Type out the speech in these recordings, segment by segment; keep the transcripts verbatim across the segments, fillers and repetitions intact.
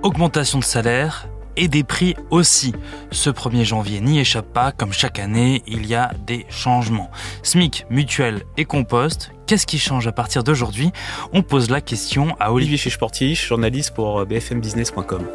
Augmentation de salaire et des prix aussi. Ce premier janvier n'y échappe pas, comme chaque année, il y a des changements. SMIC, mutuelle et compost, qu'est-ce qui change à partir d'aujourd'hui ? On pose la question à Olivier Chiche-Portiche, journaliste pour b f m business point com.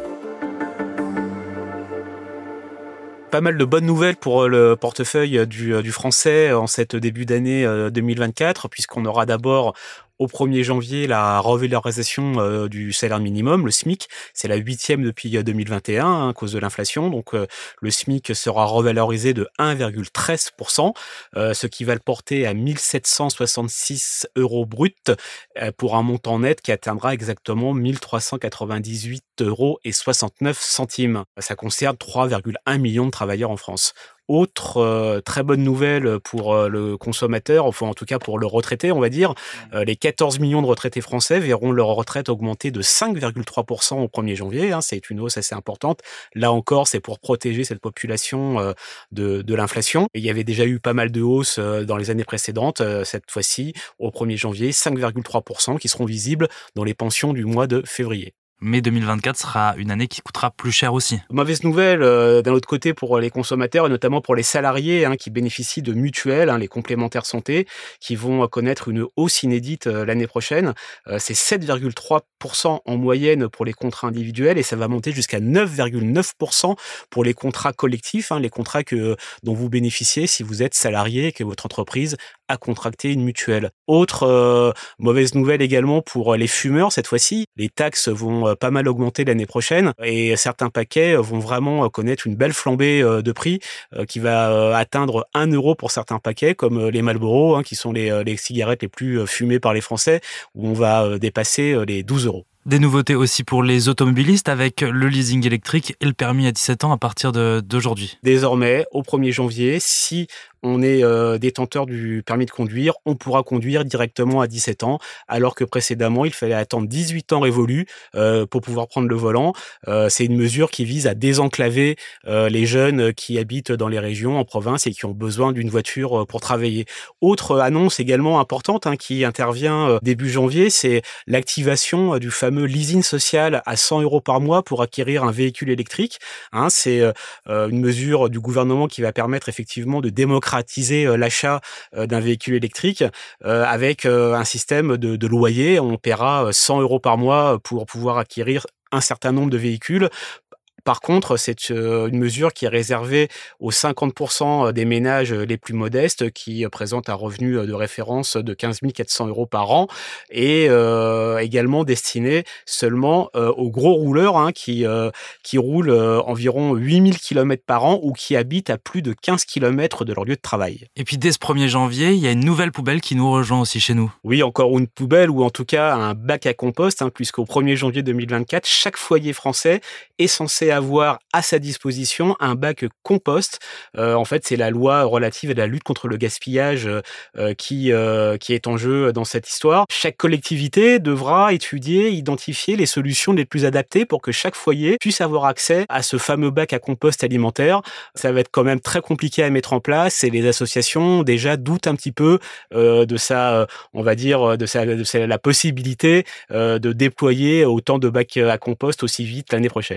Pas mal de bonnes nouvelles pour le portefeuille du, du français en cette début d'année deux mille vingt-quatre, puisqu'on aura d'abord au premier janvier la revalorisation euh, du salaire minimum, le SMIC. C'est la huitième depuis deux mille vingt et un hein, à cause de l'inflation. Donc euh, le SMIC sera revalorisé de un virgule treize pour cent, euh, ce qui va le porter à mille sept cent soixante-six euros bruts euh, pour un montant net qui atteindra exactement mille trois cent quatre-vingt-dix-huit euros et soixante-neuf centimes. Ça concerne trois virgule un millions de travailleurs en France. Autre euh, très bonne nouvelle pour euh, le consommateur, enfin en tout cas pour le retraité, on va dire, euh, les quatorze millions de retraités français verront leur retraite augmenter de cinq virgule trois pour cent au premier janvier. Hein, c'est une hausse assez importante. Là encore, c'est pour protéger cette population euh, de, de l'inflation. Et il y avait déjà eu pas mal de hausses euh, dans les années précédentes. Euh, cette fois-ci, au premier janvier, cinq virgule trois pour cent qui seront visibles dans les pensions du mois de février. Mais deux mille vingt-quatre sera une année qui coûtera plus cher aussi. Mauvaise nouvelle euh, d'un autre côté pour les consommateurs et notamment pour les salariés hein, qui bénéficient de mutuelles, hein, les complémentaires santé, qui vont connaître une hausse inédite euh, l'année prochaine. Euh, c'est sept virgule trois pour cent en moyenne pour les contrats individuels et ça va monter jusqu'à neuf virgule neuf pour cent pour les contrats collectifs, hein, les contrats que, dont vous bénéficiez si vous êtes salarié et que votre entreprise a contracté une mutuelle. Autre euh, mauvaise nouvelle également pour les fumeurs cette fois-ci. Les taxes vont euh, pas mal augmenter l'année prochaine et certains paquets vont vraiment connaître une belle flambée de prix qui va atteindre un euro pour certains paquets comme les Marlboro hein, qui sont les, les cigarettes les plus fumées par les Français où on va dépasser les douze euros. Des nouveautés aussi pour les automobilistes avec le leasing électrique et le permis à dix-sept ans à partir de, d'aujourd'hui. Désormais, au premier janvier, si on est euh, détenteur du permis de conduire, on pourra conduire directement à dix-sept ans, alors que précédemment, il fallait attendre dix-huit ans révolus euh, pour pouvoir prendre le volant. Euh, c'est une mesure qui vise à désenclaver euh, les jeunes qui habitent dans les régions, en province, et qui ont besoin d'une voiture pour travailler. Autre annonce également importante hein, qui intervient euh, début janvier, c'est l'activation euh, du fameux leasing social à cent euros par mois pour acquérir un véhicule électrique. Hein, c'est euh, une mesure du gouvernement qui va permettre effectivement de démocratiser l'achat d'un véhicule électrique euh, avec euh, un système de, de loyer. On paiera cent euros par mois pour pouvoir acquérir un certain nombre de véhicules. Par contre, c'est une mesure qui est réservée aux cinquante pour cent des ménages les plus modestes qui présentent un revenu de référence de quinze mille quatre cents euros par an et euh, également destinée seulement euh, aux gros rouleurs hein, qui, euh, qui roulent euh, environ huit mille kilomètres par an ou qui habitent à plus de quinze kilomètres de leur lieu de travail. Et puis dès ce premier janvier, il y a une nouvelle poubelle qui nous rejoint aussi chez nous. Oui, encore une poubelle ou en tout cas un bac à compost hein, puisqu'au premier janvier deux mille vingt-quatre, chaque foyer français est censé avoir à sa disposition un bac compost. Euh, en fait, c'est la loi relative à la lutte contre le gaspillage euh, qui, euh, qui est en jeu dans cette histoire. Chaque collectivité devra étudier, identifier les solutions les plus adaptées pour que chaque foyer puisse avoir accès à ce fameux bac à compost alimentaire. Ça va être quand même très compliqué à mettre en place et les associations déjà doutent un petit peu euh, de sa, on va dire, de sa, de sa la possibilité euh, de déployer autant de bacs à compost aussi vite l'année prochaine.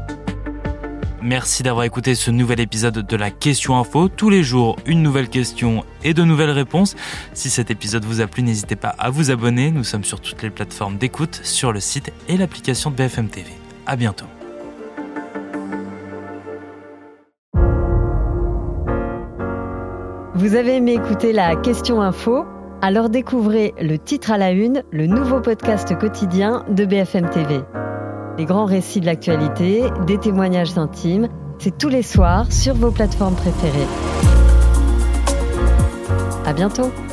Merci d'avoir écouté ce nouvel épisode de la Question Info. Tous les jours, une nouvelle question et de nouvelles réponses. Si cet épisode vous a plu, n'hésitez pas à vous abonner. Nous sommes sur toutes les plateformes d'écoute, sur le site et l'application de B F M T V. À bientôt. Vous avez aimé écouter la Question Info ? Alors découvrez le titre à la une, le nouveau podcast quotidien de B F M T V. Les grands récits de l'actualité, des témoignages intimes, c'est tous les soirs sur vos plateformes préférées. À bientôt.